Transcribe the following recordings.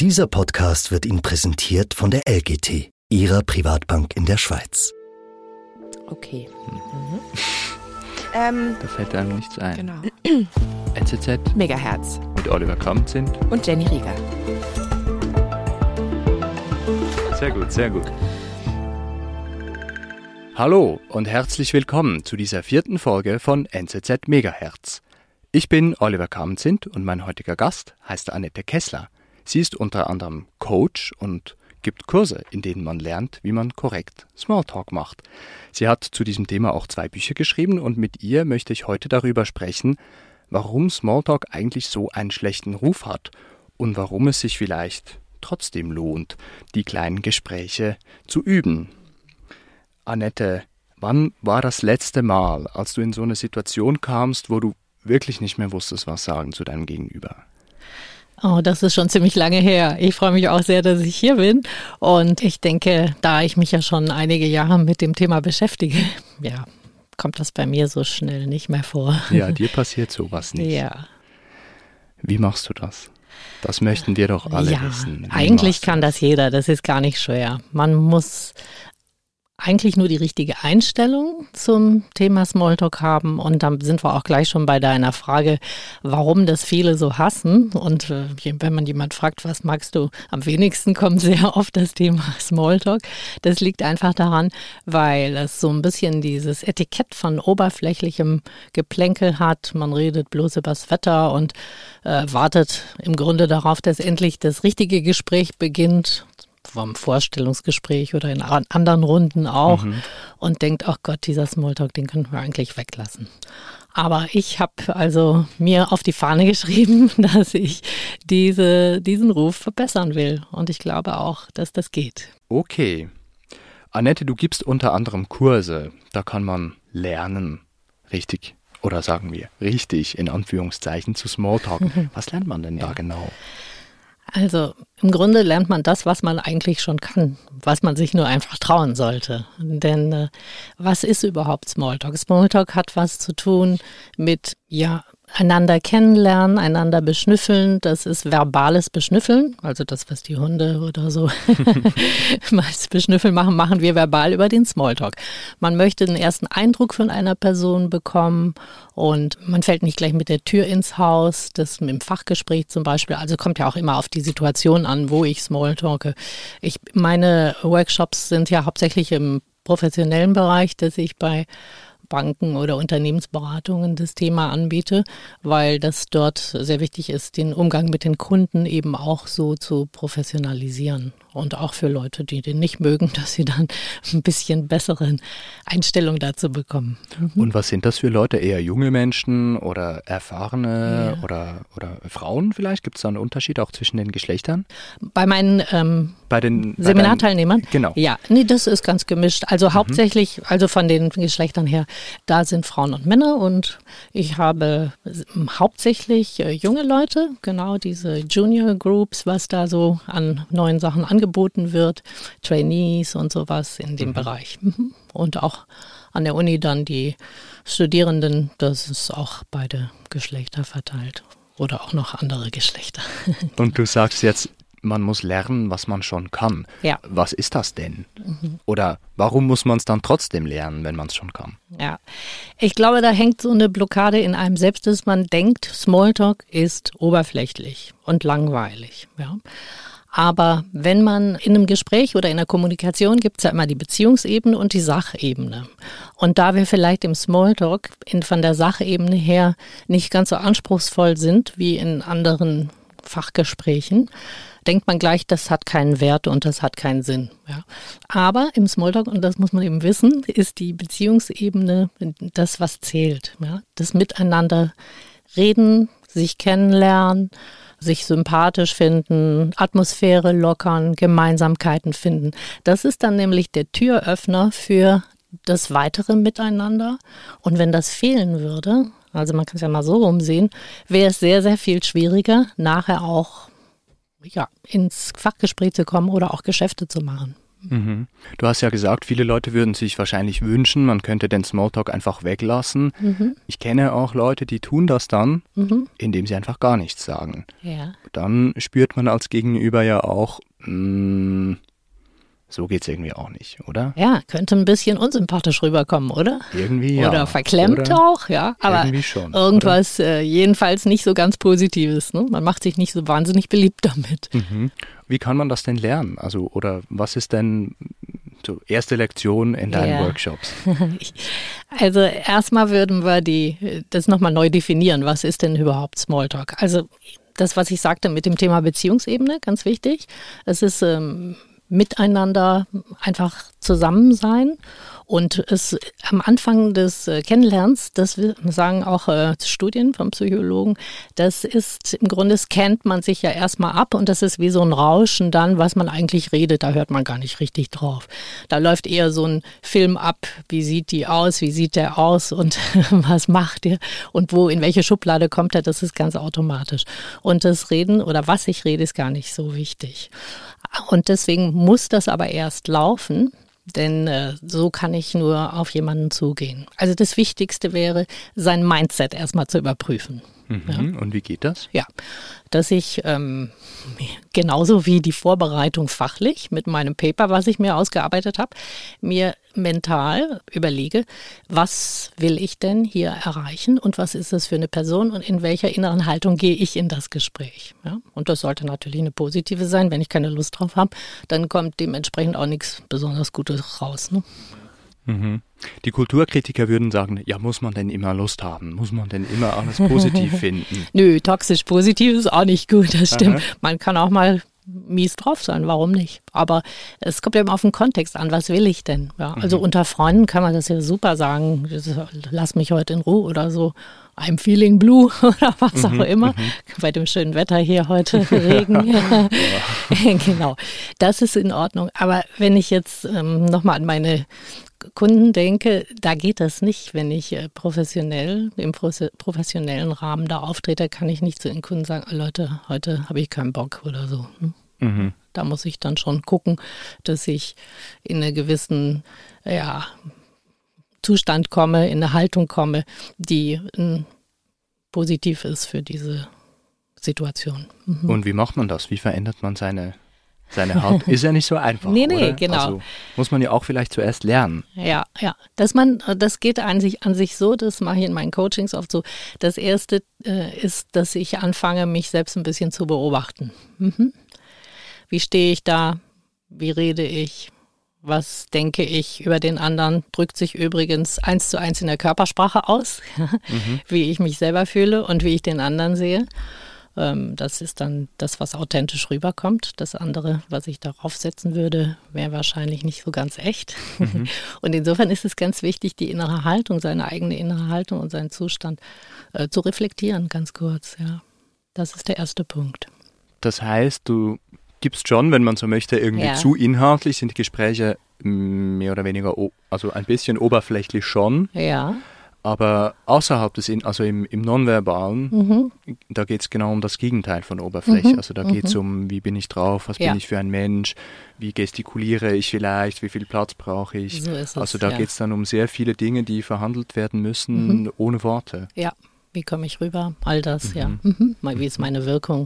Dieser Podcast wird Ihnen präsentiert von der LGT, Ihrer Privatbank in der Schweiz. Okay. Da fällt einem nichts ein. Genau. NZZ Megahertz mit Oliver Kamp-Zint und Jenny Rieger. Sehr gut, sehr gut. Hallo und herzlich willkommen zu dieser 4. Folge von NZZ Megahertz. Ich bin Oliver Kamp-Zint und mein heutiger Gast heißt Annette Kessler. Sie ist unter anderem Coach und gibt Kurse, in denen man lernt, wie man korrekt Smalltalk macht. Sie hat zu diesem Thema auch 2 Bücher geschrieben und mit ihr möchte ich heute darüber sprechen, warum Smalltalk eigentlich so einen schlechten Ruf hat und warum es sich vielleicht trotzdem lohnt, die kleinen Gespräche zu üben. Annette, wann war das letzte Mal, als du in so eine Situation kamst, wo du wirklich nicht mehr wusstest, was sagen zu deinem Gegenüber? Oh, das ist schon ziemlich lange her. Ich freue mich auch sehr, dass ich hier bin. Und ich denke, da ich mich ja schon einige Jahre mit dem Thema beschäftige, ja, kommt das bei mir so schnell nicht mehr vor. Ja, dir passiert sowas nicht. Ja. Wie machst du das? Das möchten wir doch alle wissen. Eigentlich kann das jeder. Das ist gar nicht schwer. Man muss eigentlich nur die richtige Einstellung zum Thema Smalltalk haben und dann sind wir auch gleich schon bei deiner Frage, warum das viele so hassen und wenn man jemand fragt, was magst du am wenigsten, kommt sehr oft das Thema Smalltalk. Das liegt einfach daran, weil es so ein bisschen dieses Etikett von oberflächlichem Geplänkel hat. Man redet bloß über das Wetter und wartet im Grunde darauf, dass endlich das richtige Gespräch beginnt, vom Vorstellungsgespräch oder in anderen Runden auch und denkt, ach Gott, dieser Smalltalk, den könnten wir eigentlich weglassen. Aber ich habe also mir auf die Fahne geschrieben, dass ich diesen Ruf verbessern will und ich glaube auch, dass das geht. Okay. Annette, du gibst unter anderem Kurse, da kann man lernen, richtig, oder sagen wir, richtig in Anführungszeichen zu Smalltalken. Was lernt man denn da genau? Also im Grunde lernt man das, was man eigentlich schon kann, was man sich nur einfach trauen sollte. Denn was ist überhaupt Smalltalk? Smalltalk hat was zu tun mit, einander kennenlernen, einander beschnüffeln. Das ist verbales Beschnüffeln, also das, was die Hunde oder so meist beschnüffeln machen wir verbal über den Smalltalk. Man möchte den ersten Eindruck von einer Person bekommen und man fällt nicht gleich mit der Tür ins Haus, das im Fachgespräch zum Beispiel, also kommt ja auch immer auf die Situation an, wo ich Smalltalke. Meine Workshops sind ja hauptsächlich im professionellen Bereich, dass ich bei Banken oder Unternehmensberatungen das Thema anbiete, weil das dort sehr wichtig ist, den Umgang mit den Kunden eben auch so zu professionalisieren. Und auch für Leute, die den nicht mögen, dass sie dann ein bisschen bessere Einstellung dazu bekommen. Und was sind das für Leute? Eher junge Menschen oder erfahrene oder Frauen vielleicht? Gibt es da einen Unterschied auch zwischen den Geschlechtern? Bei meinen Seminarteilnehmern? Genau. Ja, nee, das ist ganz gemischt. Also hauptsächlich, also von den Geschlechtern her, da sind Frauen und Männer und ich habe hauptsächlich junge Leute, genau diese Junior Groups, was da so an neuen Sachen angeboten wird, Trainees und sowas in dem Bereich. Und auch an der Uni dann die Studierenden, das ist auch beide Geschlechter verteilt oder auch noch andere Geschlechter. Und du sagst jetzt, man muss lernen, was man schon kann. Ja. Was ist das denn? Oder warum muss man es dann trotzdem lernen, wenn man es schon kann? Ja, ich glaube, da hängt so eine Blockade in einem selbst, dass man denkt, Smalltalk ist oberflächlich und langweilig. Ja. Aber wenn man in einem Gespräch oder in der Kommunikation gibt es ja immer die Beziehungsebene und die Sachebene. Und da wir vielleicht im Smalltalk von der Sachebene her nicht ganz so anspruchsvoll sind wie in anderen Fachgesprächen, denkt man gleich, das hat keinen Wert und das hat keinen Sinn. Ja. Aber im Smalltalk, und das muss man eben wissen, ist die Beziehungsebene das, was zählt. Ja. Das Miteinander reden, sich kennenlernen, sich sympathisch finden, Atmosphäre lockern, Gemeinsamkeiten finden. Das ist dann nämlich der Türöffner für das weitere Miteinander. Und wenn das fehlen würde, also man kann es ja mal so rumsehen, wäre es sehr, sehr viel schwieriger, nachher auch ins Fachgespräch zu kommen oder auch Geschäfte zu machen. Mhm. Du hast ja gesagt, viele Leute würden sich wahrscheinlich wünschen, man könnte den Smalltalk einfach weglassen. Ich kenne auch Leute, die tun das dann, indem sie einfach gar nichts sagen. Ja. Dann spürt man als Gegenüber ja auch, so geht's irgendwie auch nicht, oder? Ja, könnte ein bisschen unsympathisch rüberkommen, oder? Irgendwie ja. Oder verklemmt oder auch, ja. Aber irgendwie schon, irgendwas jedenfalls nicht so ganz Positives. Ne? Man macht sich nicht so wahnsinnig beliebt damit. Wie kann man das denn lernen? Also, oder was ist denn so erste Lektion in deinen Workshops? Also erstmal würden wir das nochmal neu definieren. Was ist denn überhaupt Smalltalk? Also das, was ich sagte mit dem Thema Beziehungsebene, ganz wichtig. Es ist miteinander einfach zusammen sein und es am Anfang des Kennenlernens, das sagen auch Studien von Psychologen, das ist im Grunde scannt man sich ja erstmal ab und das ist wie so ein Rauschen dann, was man eigentlich redet, da hört man gar nicht richtig drauf. Da läuft eher so ein Film ab, wie sieht die aus, wie sieht der aus und was macht der und in welche Schublade kommt er, das ist ganz automatisch. Und das Reden oder was ich rede, ist gar nicht so wichtig. Und deswegen muss das aber erst laufen, denn so kann ich nur auf jemanden zugehen. Also das Wichtigste wäre, sein Mindset erstmal zu überprüfen. Ja. Und wie geht das? Ja, dass ich genauso wie die Vorbereitung fachlich mit meinem Paper, was ich mir ausgearbeitet habe, mir mental überlege, was will ich denn hier erreichen und was ist das für eine Person und in welcher inneren Haltung gehe ich in das Gespräch. Ja? Und das sollte natürlich eine positive sein. Wenn ich keine Lust drauf habe, dann kommt dementsprechend auch nichts besonders Gutes raus. Ne? Die Kulturkritiker würden sagen, ja, muss man denn immer Lust haben? Muss man denn immer alles positiv finden? Nö, toxisch positiv ist auch nicht gut, das stimmt. Man kann auch mal mies drauf sein, warum nicht? Aber es kommt eben auf den Kontext an, was will ich denn? Ja, also unter Freunden kann man das ja super sagen, lass mich heute in Ruhe oder so. I'm feeling blue oder was auch immer. Bei dem schönen Wetter hier heute, Regen. Genau, das ist in Ordnung. Aber wenn ich jetzt nochmal an meine Kunden denke, da geht das nicht. Wenn ich im professionellen Rahmen da auftrete, kann ich nicht zu den Kunden sagen, oh Leute, heute habe ich keinen Bock oder so. Da muss ich dann schon gucken, dass ich in einen gewissen Zustand komme, in eine Haltung komme, die positiv ist für diese Situation. Und wie macht man das? Wie verändert man seine Haut? Ist ja nicht so einfach, oder? Genau. Also muss man ja auch vielleicht zuerst lernen. Ja. Das geht an sich so, das mache ich in meinen Coachings oft so. Das Erste ist, dass ich anfange, mich selbst ein bisschen zu beobachten. Wie stehe ich da? Wie rede ich? Was denke ich über den anderen? Drückt sich übrigens 1:1 in der Körpersprache aus, wie ich mich selber fühle und wie ich den anderen sehe. Das ist dann das, was authentisch rüberkommt. Das andere, was ich darauf setzen würde, wäre wahrscheinlich nicht so ganz echt. Und insofern ist es ganz wichtig, die innere Haltung, seine eigene innere Haltung und seinen Zustand zu reflektieren, ganz kurz. Ja, das ist der erste Punkt. Das heißt, du gibst schon, wenn man so möchte, irgendwie zu inhaltlich, sind die Gespräche mehr oder weniger, also ein bisschen oberflächlich schon. Ja. Aber außerhalb des, also im Nonverbalen, da geht es genau um das Gegenteil von Oberfläche. Also da geht es um, wie bin ich drauf, was bin ich für ein Mensch, wie gestikuliere ich vielleicht, wie viel Platz brauche ich. So ist es, also da geht es dann um sehr viele Dinge, die verhandelt werden müssen, ohne Worte. Ja, wie komme ich rüber, all das, wie ist meine Wirkung.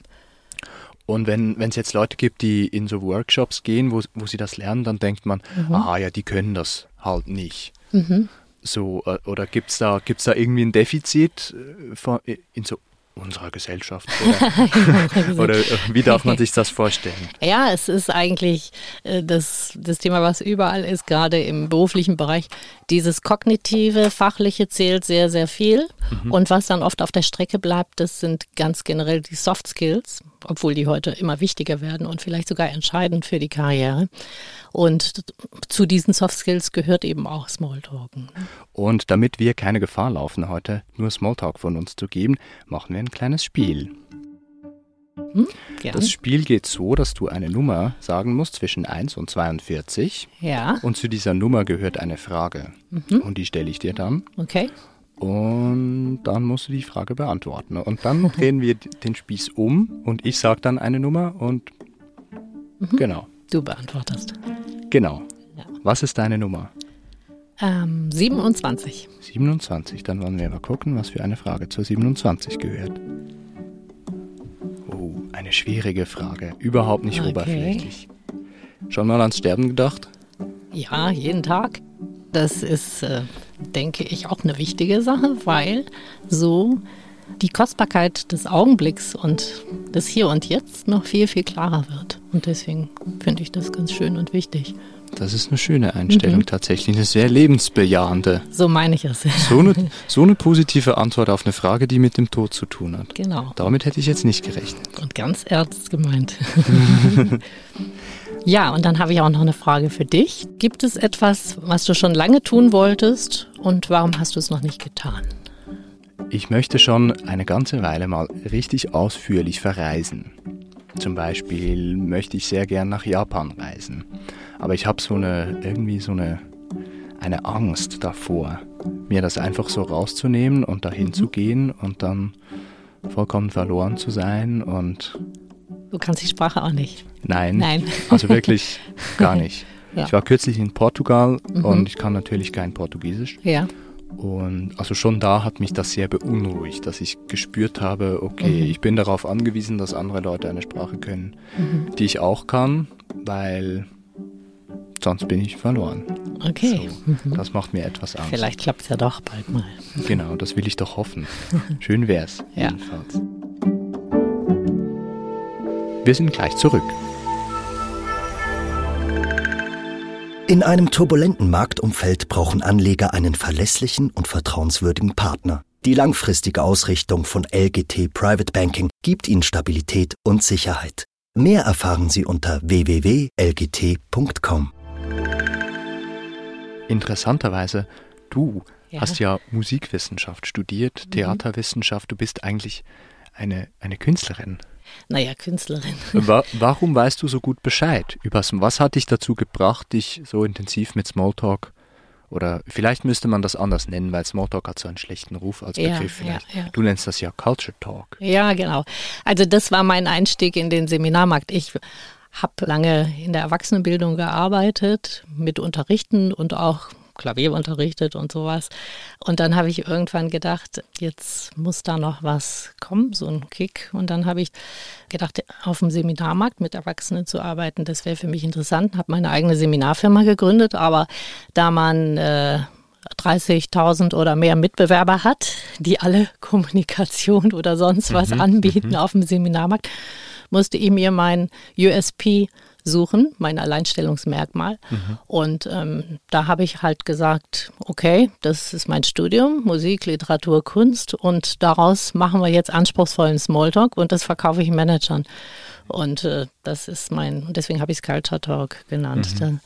Und wenn es jetzt Leute gibt, die in so Workshops gehen, wo sie das lernen, dann denkt man, die können das halt nicht. So, oder gibt's da irgendwie ein Defizit in so unserer Gesellschaft? Oder wie darf man sich das vorstellen? Ja, es ist eigentlich das Thema, was überall ist, gerade im beruflichen Bereich. Dieses kognitive, fachliche zählt sehr, sehr viel. Und was dann oft auf der Strecke bleibt, das sind ganz generell die Soft Skills, obwohl die heute immer wichtiger werden und vielleicht sogar entscheidend für die Karriere. Und zu diesen Soft Skills gehört eben auch Smalltalken. Und damit wir keine Gefahr laufen, heute nur Smalltalk von uns zu geben, machen wir ein kleines Spiel. Das Spiel geht so, dass du eine Nummer sagen musst zwischen 1 und 42. Ja. Und zu dieser Nummer gehört eine Frage. Und die stelle ich dir dann. Okay. Und dann musst du die Frage beantworten. Und dann drehen wir den Spieß um und ich sage dann eine Nummer und genau. Du beantwortest. Genau. Ja. Was ist deine Nummer? 27. 27. Dann wollen wir mal gucken, was für eine Frage zur 27 gehört. Oh, eine schwierige Frage. Überhaupt nicht oberflächlich. Schon mal ans Sterben gedacht? Ja, jeden Tag. Das ist, denke ich, auch eine wichtige Sache, weil so die Kostbarkeit des Augenblicks und des Hier und Jetzt noch viel, viel klarer wird. Und deswegen finde ich das ganz schön und wichtig. Das ist eine schöne Einstellung, tatsächlich eine sehr lebensbejahende. So meine ich es. So eine positive Antwort auf eine Frage, die mit dem Tod zu tun hat. Genau. Damit hätte ich jetzt nicht gerechnet. Und ganz ernst gemeint. Ja, und dann habe ich auch noch eine Frage für dich. Gibt es etwas, was du schon lange tun wolltest und warum hast du es noch nicht getan? Ich möchte schon eine ganze Weile mal richtig ausführlich verreisen. Zum Beispiel möchte ich sehr gern nach Japan reisen. Aber ich habe eine Angst davor, mir das einfach so rauszunehmen und dahin zu gehen und dann vollkommen verloren zu sein und... Du kannst die Sprache auch nicht. Nein. Also wirklich gar nicht. Ja. Ich war kürzlich in Portugal und ich kann natürlich kein Portugiesisch. Ja. Und also schon da hat mich das sehr beunruhigt, dass ich gespürt habe, okay, ich bin darauf angewiesen, dass andere Leute eine Sprache können, die ich auch kann, weil sonst bin ich verloren. Okay. So, das macht mir etwas Angst. Vielleicht klappt es ja doch bald mal. Genau, das will ich doch hoffen. Schön wär's, Ja. jedenfalls. Wir sind gleich zurück. In einem turbulenten Marktumfeld brauchen Anleger einen verlässlichen und vertrauenswürdigen Partner. Die langfristige Ausrichtung von LGT Private Banking gibt Ihnen Stabilität und Sicherheit. Mehr erfahren Sie unter www.lgt.com. Interessanterweise, du hast ja Musikwissenschaft studiert, Theaterwissenschaft, du bist eigentlich eine Künstlerin. Naja, Künstlerin. Warum weißt du so gut Bescheid? Was hat dich dazu gebracht, dich so intensiv mit Smalltalk, oder vielleicht müsste man das anders nennen, weil Smalltalk hat so einen schlechten Ruf als Begriff vielleicht. Ja. Du nennst das ja Culture Talk. Ja, genau. Also das war mein Einstieg in den Seminarmarkt. Ich habe lange in der Erwachsenenbildung gearbeitet, mit Unterrichten und auch Klavier unterrichtet und sowas. Und dann habe ich irgendwann gedacht, jetzt muss da noch was kommen, so ein Kick. Und dann habe ich gedacht, auf dem Seminarmarkt mit Erwachsenen zu arbeiten, das wäre für mich interessant. Habe meine eigene Seminarfirma gegründet, aber da man 30.000 oder mehr Mitbewerber hat, die alle Kommunikation oder sonst was anbieten auf dem Seminarmarkt, musste ich mir mein USP suchen, mein Alleinstellungsmerkmal. Und da habe ich halt gesagt, okay, das ist mein Studium, Musik, Literatur, Kunst, und daraus machen wir jetzt anspruchsvollen Smalltalk und das verkaufe ich Managern. Und das ist deswegen habe ich es Culture Talk genannt.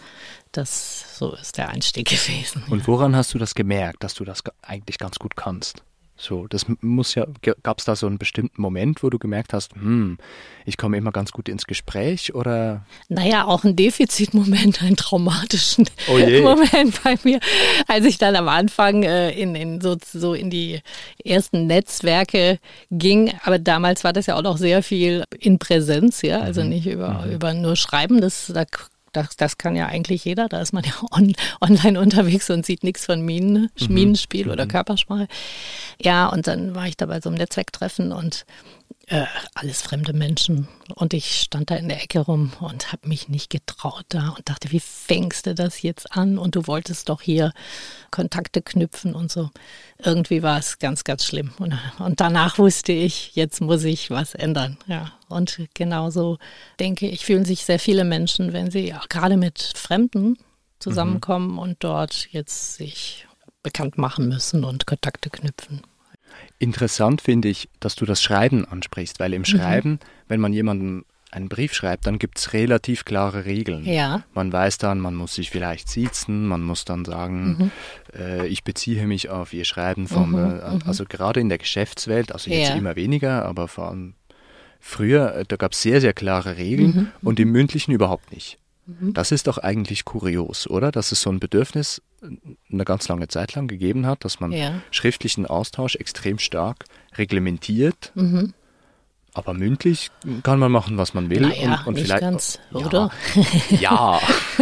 So ist der Einstieg gewesen. Und woran hast du das gemerkt, dass du das eigentlich ganz gut kannst? So, gab es da so einen bestimmten Moment, wo du gemerkt hast, ich komme immer ganz gut ins Gespräch, oder? Naja, auch ein Defizitmoment, einen traumatischen Moment bei mir, als ich dann am Anfang in die ersten Netzwerke ging. Aber damals war das ja auch noch sehr viel in Präsenz, ja, also nicht über nur Schreiben, das kann ja eigentlich jeder, da ist man ja online unterwegs und sieht nichts von Minenspiel oder Körpersprache. Ja, und dann war ich da bei so einem Netzwerktreffen und alles fremde Menschen. Und ich stand da in der Ecke rum und habe mich nicht getraut da und dachte, wie fängst du das jetzt an? Und du wolltest doch hier Kontakte knüpfen und so. Irgendwie war es ganz, ganz schlimm. Und danach wusste ich, jetzt muss ich was ändern. Ja. Und genauso denke ich, fühlen sich sehr viele Menschen, wenn sie gerade mit Fremden zusammenkommen und dort jetzt sich bekannt machen müssen und Kontakte knüpfen. Interessant finde ich, dass du das Schreiben ansprichst, weil im Schreiben, wenn man jemandem einen Brief schreibt, dann gibt es relativ klare Regeln. Ja. Man weiß dann, man muss sich vielleicht siezen, man muss dann sagen, ich beziehe mich auf ihr Schreiben also gerade in der Geschäftswelt, also jetzt immer weniger, aber vor allem früher, da gab es sehr, sehr klare Regeln und im Mündlichen überhaupt nicht. Das ist doch eigentlich kurios, oder? Dass es so ein Bedürfnis eine ganz lange Zeit lang gegeben hat, dass man schriftlichen Austausch extrem stark reglementiert. Aber mündlich kann man machen, was man will. Naja, und nicht vielleicht, ganz, ja, oder? Ja,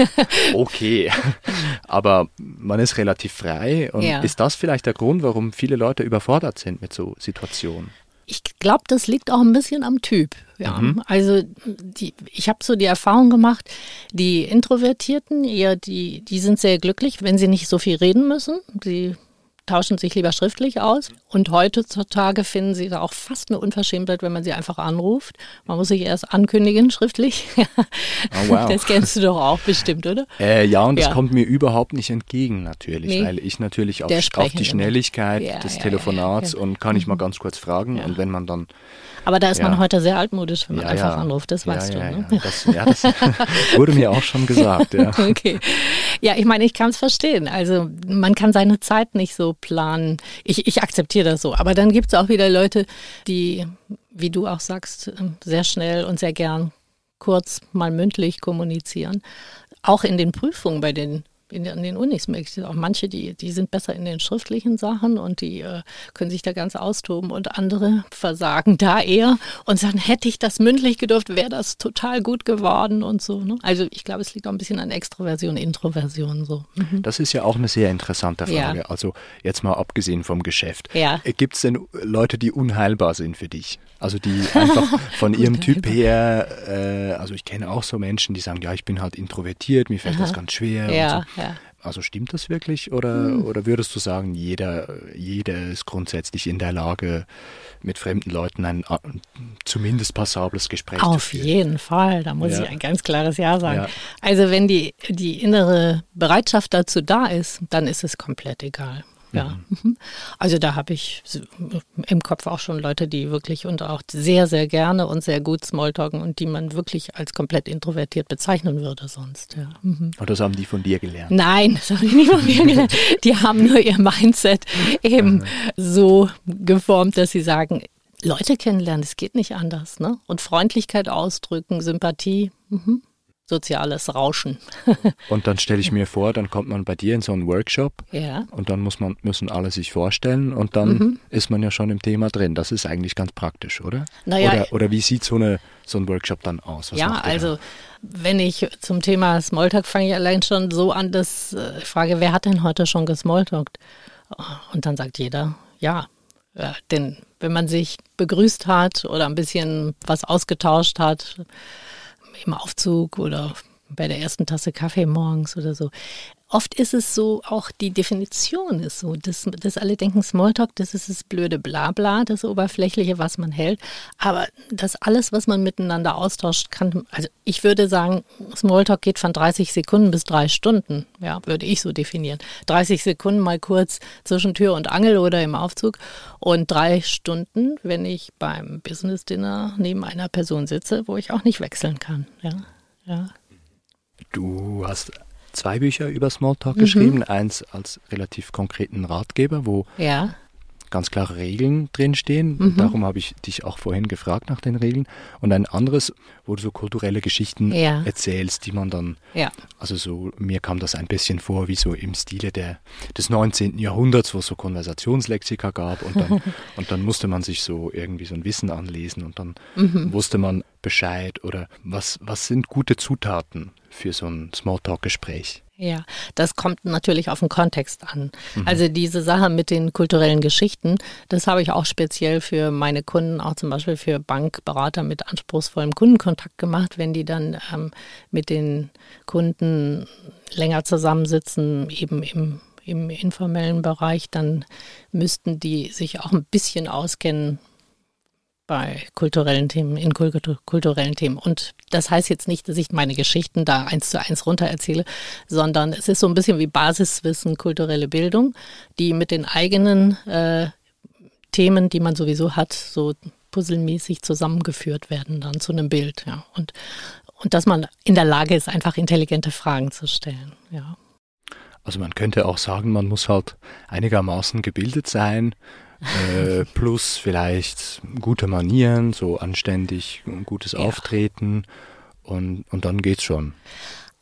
okay. Aber man ist relativ frei. Und Ja. ist das vielleicht der Grund, warum viele Leute überfordert sind mit so Situationen? Ich glaube, das liegt auch ein bisschen am Typ. Ja. Also ich habe so die Erfahrung gemacht, die Introvertierten, die sind sehr glücklich, wenn sie nicht so viel reden müssen. Sie tauschen sich lieber schriftlich aus. Und heutzutage finden sie da auch fast eine Unverschämtheit, wenn man sie einfach anruft. Man muss sich erst ankündigen schriftlich. Oh, wow. Das kennst du doch auch bestimmt, oder? Ja, und das Ja. kommt mir überhaupt nicht entgegen natürlich, Nee. weil ich natürlich auf Der die Sprechende. Schnelligkeit Ja, des ja, Telefonats ja. und kann ich mal ganz kurz fragen und wenn man dann Aber da ist Ja. man heute sehr altmodisch, wenn man ja, einfach ja, anruft, das ja, weißt ja, du. Ne? Ja, das wurde mir auch schon gesagt, ja. Okay. Ja, ich meine, ich kann es verstehen. Also man kann seine Zeit nicht so planen. Ich akzeptiere das so. Aber dann gibt es auch wieder Leute, die, wie du auch sagst, sehr schnell und sehr gern kurz mal mündlich kommunizieren. Auch in den Prüfungen an den Unis merke ich auch manche, die sind besser in den schriftlichen Sachen und die können sich da ganz austoben und andere versagen da eher und sagen, hätte ich das mündlich gedurft, wäre das total gut geworden und so. Ne? Also ich glaube, es liegt auch ein bisschen an Extroversion, Introversion so. Das ist ja auch eine sehr interessante Frage. Ja. Also jetzt mal abgesehen vom Geschäft. Ja. Gibt es denn Leute, die unheilbar sind für dich? Also die einfach von ihrem Typ her, also ich kenne auch so Menschen, die sagen, ja, ich bin halt introvertiert, mir fällt das ganz schwer. Ja, und so. ja. Also stimmt das wirklich oder würdest du sagen, jeder ist grundsätzlich in der Lage, mit fremden Leuten ein zumindest passables Gespräch zu Auf führen? jeden Fall, da muss Ja. ich ein ganz klares Ja sagen. Ja. Also wenn die innere Bereitschaft dazu da ist, dann ist es komplett egal. Ja, also da habe ich im Kopf auch schon Leute, die wirklich und auch sehr, sehr gerne und sehr gut Smalltalken und die man wirklich als komplett introvertiert bezeichnen würde sonst. Ja. Und das haben die von dir gelernt? Nein, das habe ich nicht von mir gelernt. Die haben nur ihr Mindset eben so geformt, dass sie sagen, Leute kennenlernen, es geht nicht anders. Ne? Und Freundlichkeit ausdrücken, Sympathie, soziales Rauschen. Und dann stelle ich mir vor, dann kommt man bei dir in so einen Workshop Ja. und dann müssen alle sich vorstellen und dann ist man ja schon im Thema drin. Das ist eigentlich ganz praktisch, oder? Naja, Oder wie sieht so ein Workshop dann aus? Was ja, macht ihr also wenn ich zum Thema Smalltalk fange ich allein schon so an, dass ich frage, wer hat denn heute schon gesmalltalkt? Und dann sagt jeder, ja. Denn wenn man sich begrüßt hat oder ein bisschen was ausgetauscht hat, im Aufzug oder bei der ersten Tasse Kaffee morgens oder so. Oft ist es so, auch die Definition ist so, dass alle denken, Smalltalk, das ist das blöde Blabla, das Oberflächliche, was man hält. Aber das alles, was man miteinander austauscht, kann, also ich würde sagen, Smalltalk geht von 30 Sekunden bis 3 Stunden, ja, würde ich so definieren. 30 Sekunden mal kurz zwischen Tür und Angel oder im Aufzug und 3 Stunden, wenn ich beim Business Dinner neben einer Person sitze, wo ich auch nicht wechseln kann, ja. Du hast 2 Bücher über Smalltalk geschrieben, eins als relativ konkreten Ratgeber, wo Ja. ganz klare Regeln drinstehen. Darum habe ich dich auch vorhin gefragt nach den Regeln. Und ein anderes, wo du so kulturelle Geschichten Ja. erzählst, die man dann, Ja. also so, mir kam das ein bisschen vor, wie so im Stile des 19. Jahrhunderts, wo es so Konversationslexika gab und dann musste man sich so irgendwie so ein Wissen anlesen und dann wusste man Bescheid oder was sind gute Zutaten für so ein Smalltalk-Gespräch? Ja, das kommt natürlich auf den Kontext an. Also diese Sache mit den kulturellen Geschichten, das habe ich auch speziell für meine Kunden, auch zum Beispiel für Bankberater mit anspruchsvollem Kundenkontakt gemacht, wenn die dann mit den Kunden länger zusammensitzen, eben im informellen Bereich, dann müssten die sich auch ein bisschen auskennen bei kulturellen Themen, in kulturellen Themen. Und das heißt jetzt nicht, dass ich meine Geschichten da 1:1 runter erzähle, sondern es ist so ein bisschen wie Basiswissen, kulturelle Bildung, die mit den eigenen Themen, die man sowieso hat, so puzzelmäßig zusammengeführt werden dann zu einem Bild. Ja. Und dass man in der Lage ist, einfach intelligente Fragen zu stellen. Ja. Also man könnte auch sagen, man muss halt einigermaßen gebildet sein, plus vielleicht gute Manieren, so anständig, gutes Auftreten und dann geht's schon.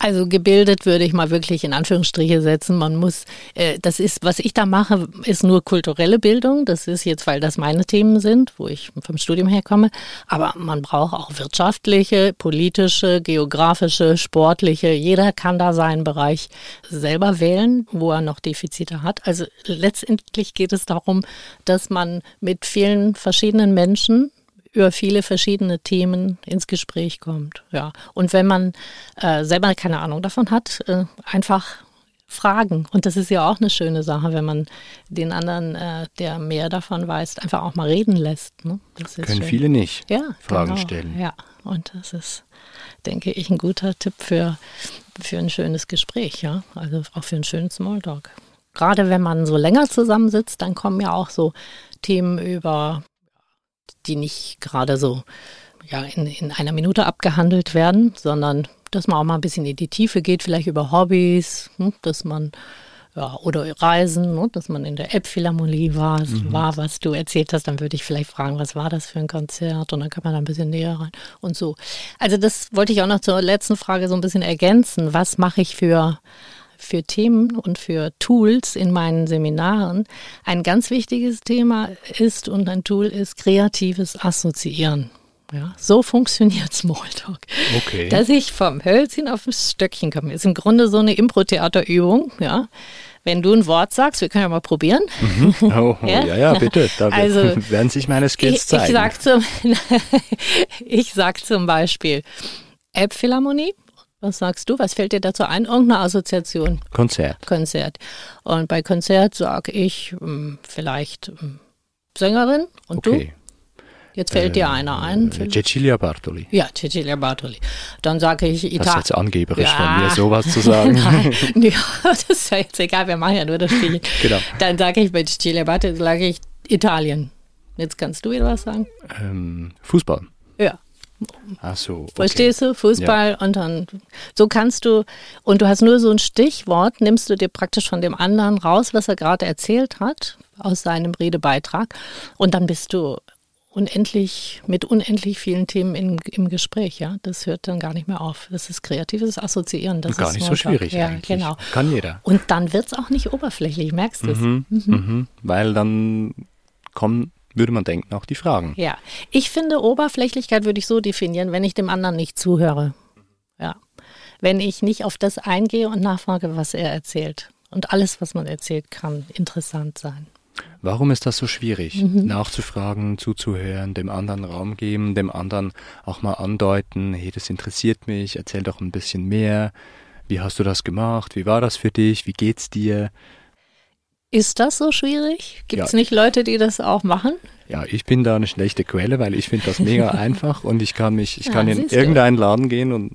Also gebildet würde ich mal wirklich in Anführungsstriche setzen. Man muss, das ist, was ich da mache, ist nur kulturelle Bildung. Das ist jetzt, weil das meine Themen sind, wo ich vom Studium herkomme. Aber man braucht auch wirtschaftliche, politische, geografische, sportliche. Jeder kann da seinen Bereich selber wählen, wo er noch Defizite hat. Also letztendlich geht es darum, dass man mit vielen verschiedenen Menschen über viele verschiedene Themen ins Gespräch kommt. Ja. Und wenn man selber keine Ahnung davon hat, einfach fragen. Und das ist ja auch eine schöne Sache, wenn man den anderen, der mehr davon weiß, einfach auch mal reden lässt. Ne? Das ist Können schön. viele nicht Fragen genau. stellen. Ja, und das ist, denke ich, ein guter Tipp für ein schönes Gespräch. Ja, also auch für einen schönen Smalltalk. Gerade wenn man so länger zusammensitzt, dann kommen ja auch so Themen über, die nicht gerade so in einer Minute abgehandelt werden, sondern dass man auch mal ein bisschen in die Tiefe geht, vielleicht über Hobbys, dass man oder Reisen, dass man in der Elbphilharmonie war, was du erzählt hast, dann würde ich vielleicht fragen, was war das für ein Konzert, und dann kann man da ein bisschen näher rein und so. Also das wollte ich auch noch zur letzten Frage so ein bisschen ergänzen. Was mache ich für Themen und für Tools in meinen Seminaren? Ein ganz wichtiges Thema ist und ein Tool ist kreatives Assoziieren. Ja, so funktioniert Smalltalk. Okay. Dass ich vom Hölzchen auf das Stöckchen komme, ist im Grunde so eine Impro-Theaterübung. Ja. Wenn du ein Wort sagst, wir können ja mal probieren. Oh, ja, bitte. Da werden sich meine Skills zeigen. Ich sag zum Beispiel Elbphilharmonie. Was sagst du? Was fällt dir dazu ein? Irgendeine Assoziation? Konzert. Und bei Konzert sage ich vielleicht Sängerin. Und du? Jetzt fällt dir einer ein. Cecilia Bartoli. Ja, Cecilia Bartoli. Dann sage ich Italien. Das ist jetzt angeberisch von mir, sowas zu sagen. Nein, ja, das ist ja jetzt egal, wir machen ja nur das Spiel. Genau. Dann sage ich bei Cecilia Bartoli, sage ich Italien. Jetzt kannst du wieder was sagen? Fußball. Ja. Ach so, okay. Verstehst du? Fußball, und dann, so kannst du, und du hast nur so ein Stichwort, nimmst du dir praktisch von dem anderen raus, was er gerade erzählt hat, aus seinem Redebeitrag, und dann bist du mit unendlich vielen Themen im Gespräch, ja. Das hört dann gar nicht mehr auf. Das ist kreatives Assoziieren. Das gar ist nicht so schwierig eigentlich. Genau. Kann jeder. Und dann wird es auch nicht oberflächlich, merkst du es? Weil dann würde man denken, auch die Fragen. Ja, ich finde, Oberflächlichkeit würde ich so definieren, wenn ich dem anderen nicht zuhöre. Ja, wenn ich nicht auf das eingehe und nachfrage, was er erzählt. Und alles, was man erzählt, kann interessant sein. Warum ist das so schwierig? Nachzufragen, zuzuhören, dem anderen Raum geben, dem anderen auch mal andeuten, hey, das interessiert mich, erzähl doch ein bisschen mehr. Wie hast du das gemacht? Wie war das für dich? Wie geht's dir? Ist das so schwierig? Gibt es nicht Leute, die das auch machen? Ja, ich bin da eine schlechte Quelle, weil ich finde das mega einfach, und ich kann in irgendeinen Laden gehen und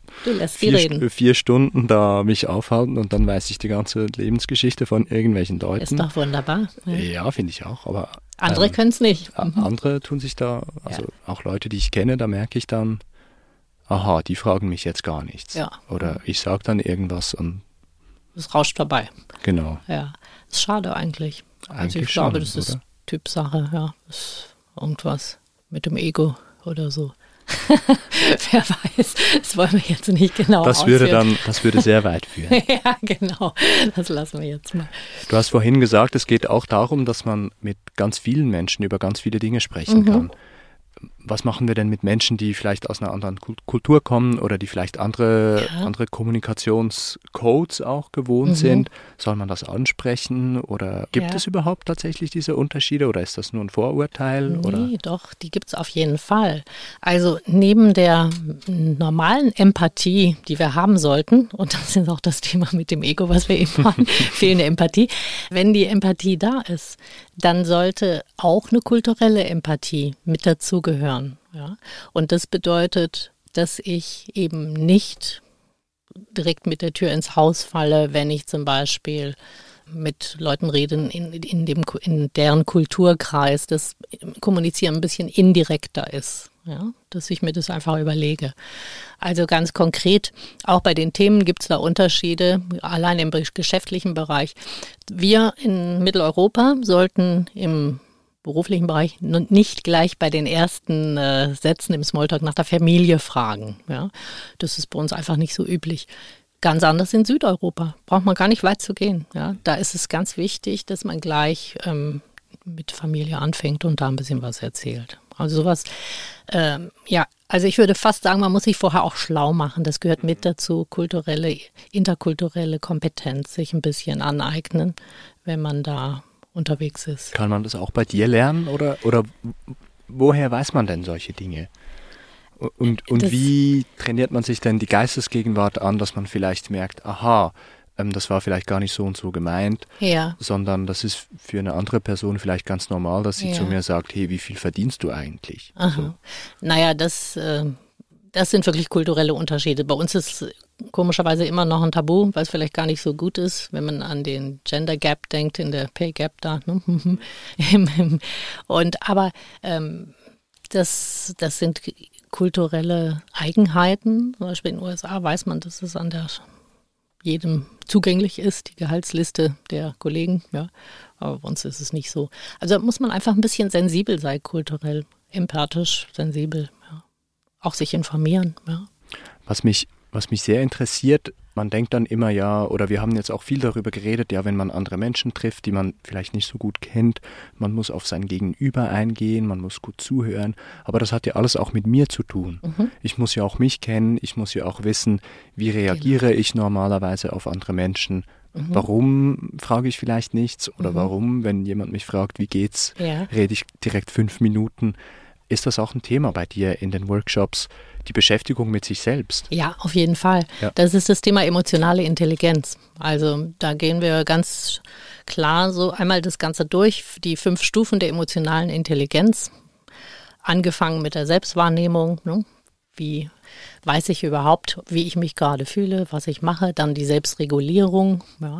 4 Stunden da mich aufhalten, und dann weiß ich die ganze Lebensgeschichte von irgendwelchen Leuten. Ist doch wunderbar. Ja, finde ich auch. Aber andere können es nicht. Andere tun sich da, auch Leute, die ich kenne, da merke ich dann, aha, die fragen mich jetzt gar nichts. Ja. Oder ich sage dann irgendwas und es rauscht vorbei. Genau. Ja, ist schade eigentlich. Also ich glaube, das ist Typsache, ja. Das ist irgendwas mit dem Ego oder so. Wer weiß, das wollen wir jetzt nicht genau ausführen. Das würde sehr weit führen. Ja, genau. Das lassen wir jetzt mal. Du hast vorhin gesagt, es geht auch darum, dass man mit ganz vielen Menschen über ganz viele Dinge sprechen kann. Was machen wir denn mit Menschen, die vielleicht aus einer anderen Kultur kommen oder die vielleicht andere Kommunikationscodes auch gewohnt sind? Soll man das ansprechen, oder gibt es überhaupt tatsächlich diese Unterschiede, oder ist das nur ein Vorurteil? Nee, doch, die gibt es auf jeden Fall. Also neben der normalen Empathie, die wir haben sollten, und das ist auch das Thema mit dem Ego, was wir eben haben, fehlende Empathie. Wenn die Empathie da ist, dann sollte auch eine kulturelle Empathie mit dazugehören. Ja? Und das bedeutet, dass ich eben nicht direkt mit der Tür ins Haus falle, wenn ich zum Beispiel mit Leuten rede in deren Kulturkreis, das Kommunizieren ein bisschen indirekter ist. Ja, dass ich mir das einfach überlege. Also ganz konkret, auch bei den Themen gibt es da Unterschiede, allein im geschäftlichen Bereich. Wir in Mitteleuropa sollten im beruflichen Bereich nicht gleich bei den ersten Sätzen im Smalltalk nach der Familie fragen. Ja, das ist bei uns einfach nicht so üblich. Ganz anders in Südeuropa. Braucht man gar nicht weit zu gehen. Ja, da ist es ganz wichtig, dass man gleich mit Familie anfängt und da ein bisschen was erzählt. Also sowas, also ich würde fast sagen, man muss sich vorher auch schlau machen. Das gehört mit dazu, interkulturelle Kompetenz sich ein bisschen aneignen, wenn man da unterwegs ist. Kann man das auch bei dir lernen oder woher weiß man denn solche Dinge? Und wie trainiert man sich denn die Geistesgegenwart an, dass man vielleicht merkt, aha, das war vielleicht gar nicht so und so gemeint, sondern das ist für eine andere Person vielleicht ganz normal, dass sie zu mir sagt, hey, wie viel verdienst du eigentlich? So. Naja, das sind wirklich kulturelle Unterschiede. Bei uns ist komischerweise immer noch ein Tabu, weil es vielleicht gar nicht so gut ist, wenn man an den Gender Gap denkt, in der Pay Gap da. Ne? Aber das sind kulturelle Eigenheiten. Zum Beispiel in den USA weiß man, dass es jedem zugänglich ist, die Gehaltsliste der Kollegen. Ja. Aber bei uns ist es nicht so. Also da muss man einfach ein bisschen sensibel sein, kulturell, empathisch, sensibel. Ja. Auch sich informieren. Ja. Was mich sehr interessiert, man denkt dann immer oder wir haben jetzt auch viel darüber geredet, wenn man andere Menschen trifft, die man vielleicht nicht so gut kennt, man muss auf sein Gegenüber eingehen, man muss gut zuhören, aber das hat ja alles auch mit mir zu tun. Ich muss ja auch mich kennen, ich muss ja auch wissen, wie reagiere ich normalerweise auf andere Menschen. Warum frage ich vielleicht nichts oder warum, wenn jemand mich fragt, wie geht's, rede ich direkt 5 Minuten. Ist das auch ein Thema bei dir in den Workshops, die Beschäftigung mit sich selbst? Ja, auf jeden Fall. Ja. Das ist das Thema emotionale Intelligenz. Also da gehen wir ganz klar so einmal das Ganze durch, die 5 Stufen der emotionalen Intelligenz, angefangen mit der Selbstwahrnehmung, ne? Wie weiß ich überhaupt, wie ich mich gerade fühle, was ich mache, dann die Selbstregulierung,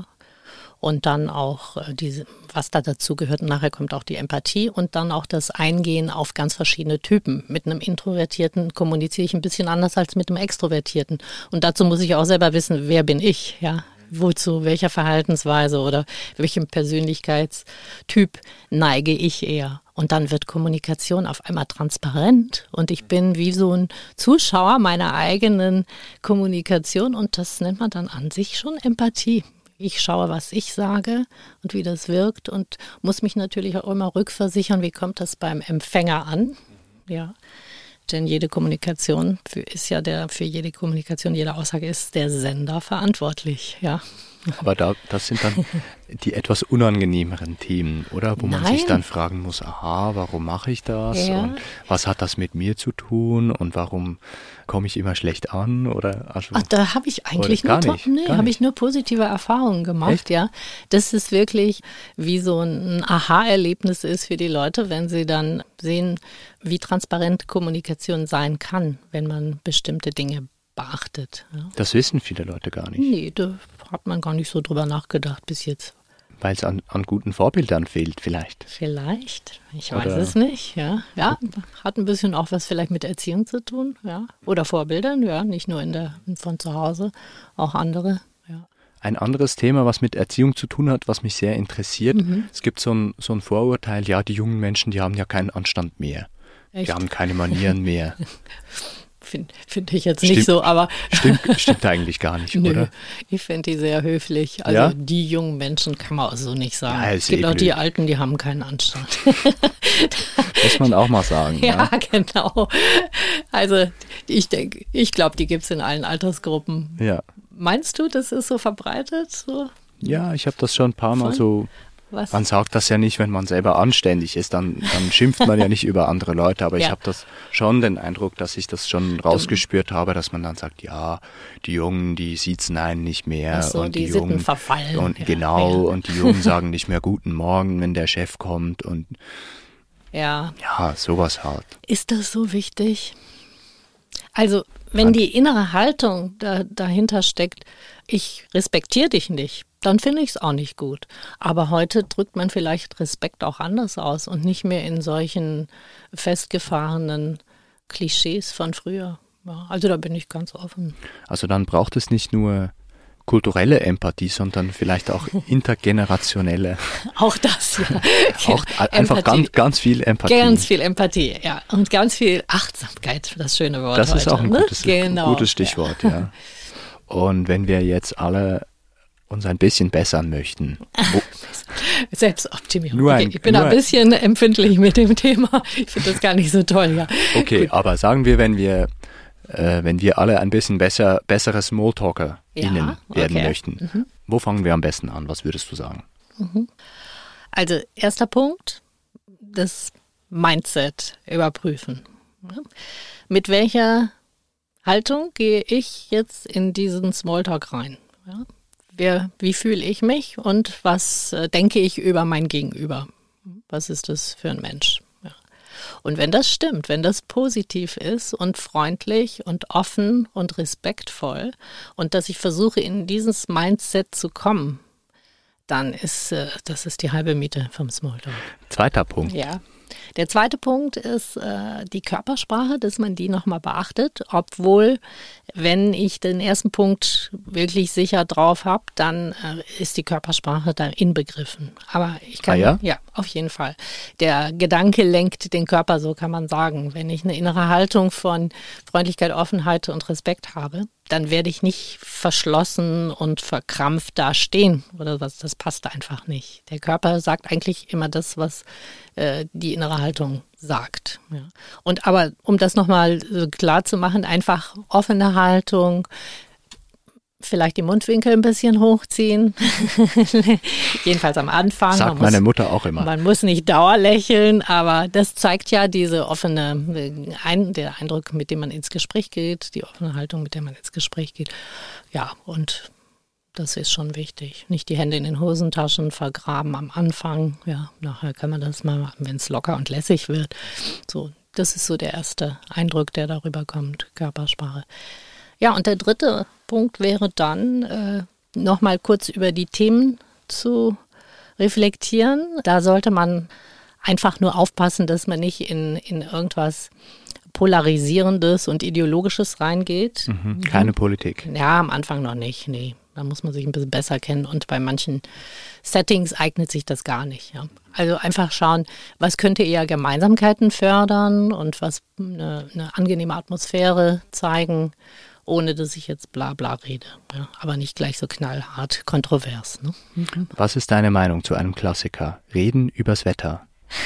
und dann auch was da dazu gehört. Und nachher kommt auch die Empathie und dann auch das Eingehen auf ganz verschiedene Typen. Mit einem Introvertierten kommuniziere ich ein bisschen anders als mit einem Extrovertierten. Und dazu muss ich auch selber wissen, wer bin ich, wozu, welcher Verhaltensweise oder welchem Persönlichkeitstyp neige ich eher. Und dann wird Kommunikation auf einmal transparent und ich bin wie so ein Zuschauer meiner eigenen Kommunikation und das nennt man dann an sich schon Empathie. Ich schaue, was ich sage und wie das wirkt und muss mich natürlich auch immer rückversichern, wie kommt das beim Empfänger an. Ja, denn jede Kommunikation für jede Kommunikation, jede Aussage ist der Sender verantwortlich, ja. Aber das sind dann die etwas unangenehmeren Themen, oder? Wo man sich dann fragen muss, aha, warum mache ich das? Ja. Und was hat das mit mir zu tun? Und warum komme ich immer schlecht an? Oder, da habe ich eigentlich nur positive Erfahrungen gemacht. Echt? Ja. Das ist wirklich wie so ein Aha-Erlebnis ist für die Leute, wenn sie dann sehen, wie transparent Kommunikation sein kann, wenn man bestimmte Dinge beachtet. Ja. Das wissen viele Leute gar nicht. Nee, da hat man gar nicht so drüber nachgedacht bis jetzt. Weil es an guten Vorbildern fehlt vielleicht. Vielleicht, ich weiß es nicht. Ja, hat ein bisschen auch was vielleicht mit Erziehung zu tun. Ja. Oder Vorbildern, nicht nur von zu Hause, auch andere. Ja. Ein anderes Thema, was mit Erziehung zu tun hat, was mich sehr interessiert. Es gibt so ein Vorurteil, die jungen Menschen, die haben ja keinen Anstand mehr. Echt? Die haben keine Manieren mehr. Finde ich jetzt nicht so, aber... Stimmt eigentlich gar nicht, Nö, oder? Ich finde die sehr höflich. Also die jungen Menschen kann man auch so nicht sagen. Ja, es gibt auch die Alten, die haben keinen Anstand. Muss man auch mal sagen. Ja, genau. Also ich glaube, die gibt es in allen Altersgruppen. Ja. Meinst du, das ist so verbreitet? So? Ja, ich habe das schon ein paar Mal so... Was? Man sagt das ja nicht, wenn man selber anständig ist, dann schimpft man ja nicht über andere Leute, aber ich habe das schon den Eindruck, dass ich das schon rausgespürt habe, dass man dann sagt, die Jungen, die sieht's einen nicht mehr. So, und die Jungen verfallen. Und und die Jungen sagen nicht mehr guten Morgen, wenn der Chef kommt und sowas halt. Ist das so wichtig? Also, wenn die innere Haltung dahinter steckt, ich respektiere dich nicht, dann finde ich es auch nicht gut. Aber heute drückt man vielleicht Respekt auch anders aus und nicht mehr in solchen festgefahrenen Klischees von früher. Ja, also da bin ich ganz offen. Also dann braucht es nicht nur kulturelle Empathie, sondern vielleicht auch intergenerationelle. Auch das, ja. Auch einfach ganz viel Empathie. Ganz viel Empathie, ja. Und ganz viel Achtsamkeit, das schöne Wort. Das ist heute, auch ein gutes Stichwort, ja. Und wenn wir jetzt alle uns ein bisschen bessern möchten. Selbstoptimierung. Ich bin ein bisschen empfindlich mit dem Thema. Ich finde das gar nicht so toll, ja. Okay, gut. Aber sagen wir, wenn wir alle ein bisschen bessere SmalltalkerInnen werden möchten, wo fangen wir am besten an? Was würdest du sagen? Also, erster Punkt, das Mindset überprüfen. Mit welcher Haltung gehe ich jetzt in diesen Smalltalk rein? Wie fühle ich mich und was denke ich über mein Gegenüber? Was ist das für ein Mensch? Ja. Und wenn das stimmt, wenn das positiv ist und freundlich und offen und respektvoll und dass ich versuche, in dieses Mindset zu kommen, dann ist das ist die halbe Miete vom Smalltalk. Zweiter Punkt. Ja. Der zweite Punkt ist die Körpersprache, dass man die nochmal beachtet, obwohl, wenn ich den ersten Punkt wirklich sicher drauf habe, dann ist die Körpersprache da inbegriffen. Aber ich kann, ja, auf jeden Fall. Der Gedanke lenkt den Körper, so kann man sagen. Wenn ich eine innere Haltung von Freundlichkeit, Offenheit und Respekt habe, dann werde ich nicht verschlossen und verkrampft da stehen oder was. Das passt einfach nicht. Der Körper sagt eigentlich immer das, was die innere Haltung sagt. Ja. Und aber, um das nochmal klar zu machen, einfach offene Haltung, vielleicht die Mundwinkel ein bisschen hochziehen, jedenfalls am Anfang. Sagt meine Mutter auch immer. Man muss nicht dauerlächeln, aber das zeigt ja diese offene, der Eindruck, mit dem man ins Gespräch geht, die offene Haltung, mit der man ins Gespräch geht. Ja, und das ist schon wichtig. Nicht die Hände in den Hosentaschen vergraben am Anfang. Ja, nachher kann man das mal machen, wenn es locker und lässig wird. So, das ist so der erste Eindruck, der darüber kommt, Körpersprache. Ja, und der dritte Punkt wäre dann, nochmal kurz über die Themen zu reflektieren. Da sollte man einfach nur aufpassen, dass man nicht in irgendwas Polarisierendes und Ideologisches reingeht. Keine Politik. Ja, am Anfang noch nicht, nee. Da muss man sich ein bisschen besser kennen und bei manchen Settings eignet sich das gar nicht. Ja. Also einfach schauen, was könnte eher Gemeinsamkeiten fördern und was eine angenehme Atmosphäre zeigen, ohne dass ich jetzt bla bla rede. Ja. Aber nicht gleich so knallhart kontrovers. Ne? Was ist deine Meinung zu einem Klassiker? Reden übers Wetter.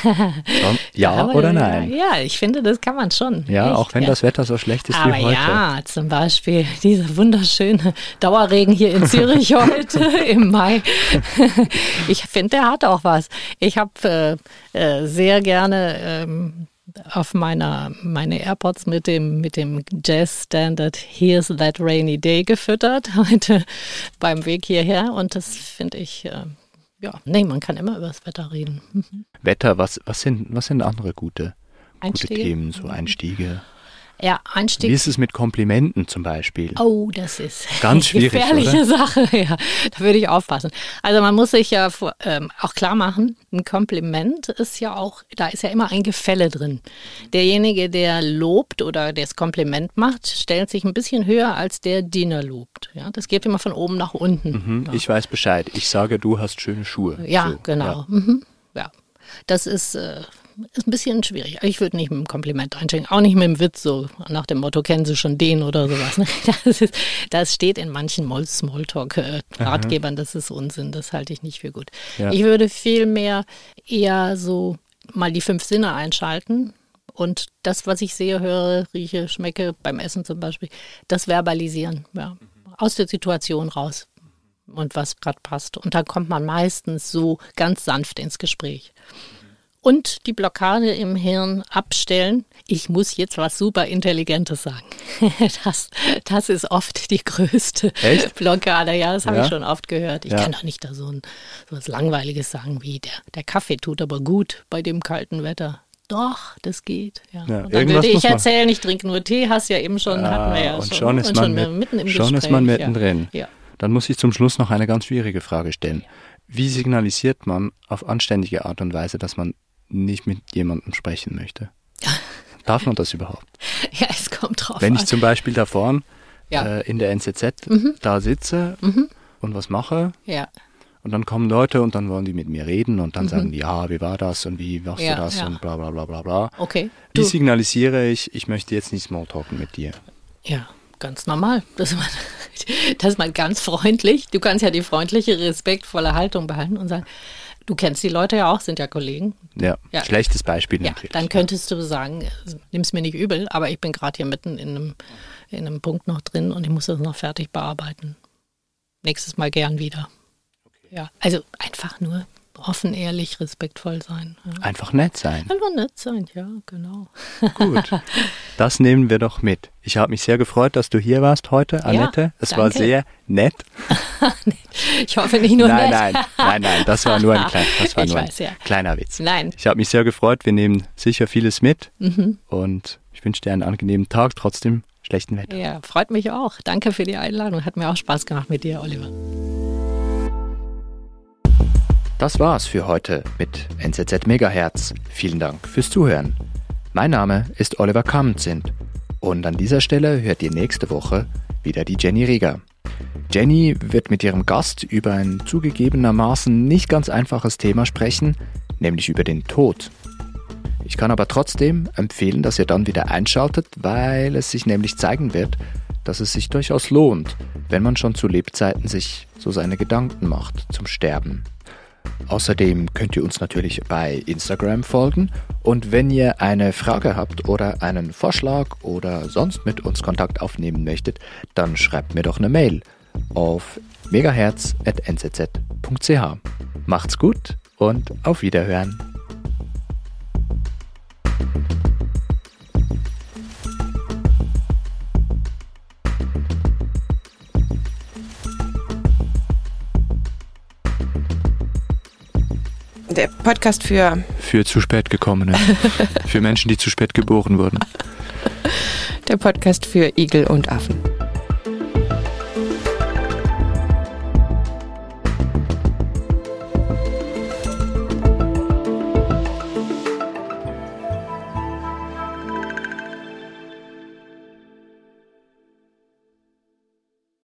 Ja oder nein? Ja, ich finde, das kann man schon. Ja, echt, auch wenn das Wetter so schlecht ist aber wie heute. Ja, zum Beispiel dieser wunderschöne Dauerregen hier in Zürich heute im Mai. Ich finde, der hat auch was. Ich habe sehr gerne auf meine AirPods mit dem Jazz Standard Here's That Rainy Day gefüttert heute beim Weg hierher und das finde ich man kann immer über das Wetter reden. Wetter, was sind andere gute Themen, so Einstiege? Ja, Einstieg. Wie ist es mit Komplimenten zum Beispiel? Oh, das ist ganz schwierig, gefährliche oder? Sache. Ja, da würde ich aufpassen. Also man muss sich ja auch klar machen, ein Kompliment ist ja auch, da ist ja immer ein Gefälle drin. Derjenige, der lobt oder der das Kompliment macht, stellt sich ein bisschen höher als der Diener lobt. Ja, das geht immer von oben nach unten. Ja. Ich weiß Bescheid. Ich sage, du hast schöne Schuhe. Ja, so, genau. Ja. Ja, das ist ein bisschen schwierig. Ich würde nicht mit einem Kompliment einsteigen, auch nicht mit einem Witz, so nach dem Motto, kennen Sie schon den oder sowas. Das steht in manchen Smalltalk-Ratgebern, das ist Unsinn, das halte ich nicht für gut. Ja. Ich würde vielmehr eher so mal die 5 Sinne einschalten und das, was ich sehe, höre, rieche, schmecke, beim Essen zum Beispiel, das verbalisieren, ja, aus der Situation raus und was gerade passt. Und da kommt man meistens so ganz sanft ins Gespräch. Und die Blockade im Hirn abstellen. Ich muss jetzt was super Intelligentes sagen. Das ist oft die größte Blockade. Ja, das habe ich schon oft gehört. Ich kann doch nicht da so was Langweiliges sagen wie der Kaffee tut aber gut bei dem kalten Wetter. Doch, das geht. Ja. Und dann würde ich erzählen, ich trinke nur Tee, hast ja eben schon, hatten wir ja und schon. Ist man mitten im Gespräch. Schon ist man mittendrin. Ja. Dann muss ich zum Schluss noch eine ganz schwierige Frage stellen. Wie signalisiert man auf anständige Art und Weise, dass man nicht mit jemandem sprechen möchte? Darf man das überhaupt? Ja, es kommt drauf an. Wenn ich zum Beispiel da vorne in der NZZ da sitze und was mache und dann kommen Leute und dann wollen die mit mir reden und dann sagen die, ja, wie war das und wie machst du das und bla bla bla bla bla. Okay. Wie signalisiere ich möchte jetzt nicht Smalltalken mit dir? Ja, ganz normal, dass man dass man ganz freundlich, du kannst ja die freundliche, respektvolle Haltung behalten und sagen, du kennst die Leute ja auch, sind ja Kollegen. Ja, schlechtes Beispiel ja, natürlich. Dann könntest du sagen, nimm's mir nicht übel, aber ich bin gerade hier mitten in einem Punkt noch drin und ich muss das noch fertig bearbeiten. Nächstes Mal gern wieder. Okay. Ja, also einfach nur offen, ehrlich, respektvoll sein. Ja. Einfach nett sein. Einfach nett sein, ja, genau. Gut, das nehmen wir doch mit. Ich habe mich sehr gefreut, dass du hier warst heute, Annette. Ja, es war sehr nett. Ich hoffe nicht nur nett. Nein, das war nur ein kleiner Witz. Nein. Ich habe mich sehr gefreut, wir nehmen sicher vieles mit und ich wünsche dir einen angenehmen Tag, trotzdem schlechten Wetter. Ja, freut mich auch. Danke für die Einladung. Hat mir auch Spaß gemacht mit dir, Oliver. Das war's für heute mit NZZ Megahertz. Vielen Dank fürs Zuhören. Mein Name ist Oliver Kamenzind und an dieser Stelle hört ihr nächste Woche wieder die Jenny Rieger. Jenny wird mit ihrem Gast über ein zugegebenermaßen nicht ganz einfaches Thema sprechen, nämlich über den Tod. Ich kann aber trotzdem empfehlen, dass ihr dann wieder einschaltet, weil es sich nämlich zeigen wird, dass es sich durchaus lohnt, wenn man schon zu Lebzeiten sich so seine Gedanken macht zum Sterben. Außerdem könnt ihr uns natürlich bei Instagram folgen und wenn ihr eine Frage habt oder einen Vorschlag oder sonst mit uns Kontakt aufnehmen möchtet, dann schreibt mir doch eine Mail auf megahertz@nzz.ch. Macht's gut und auf Wiederhören. Der Podcast für zu spät gekommene, für Menschen, die zu spät geboren wurden. Der Podcast für Igel und Affen.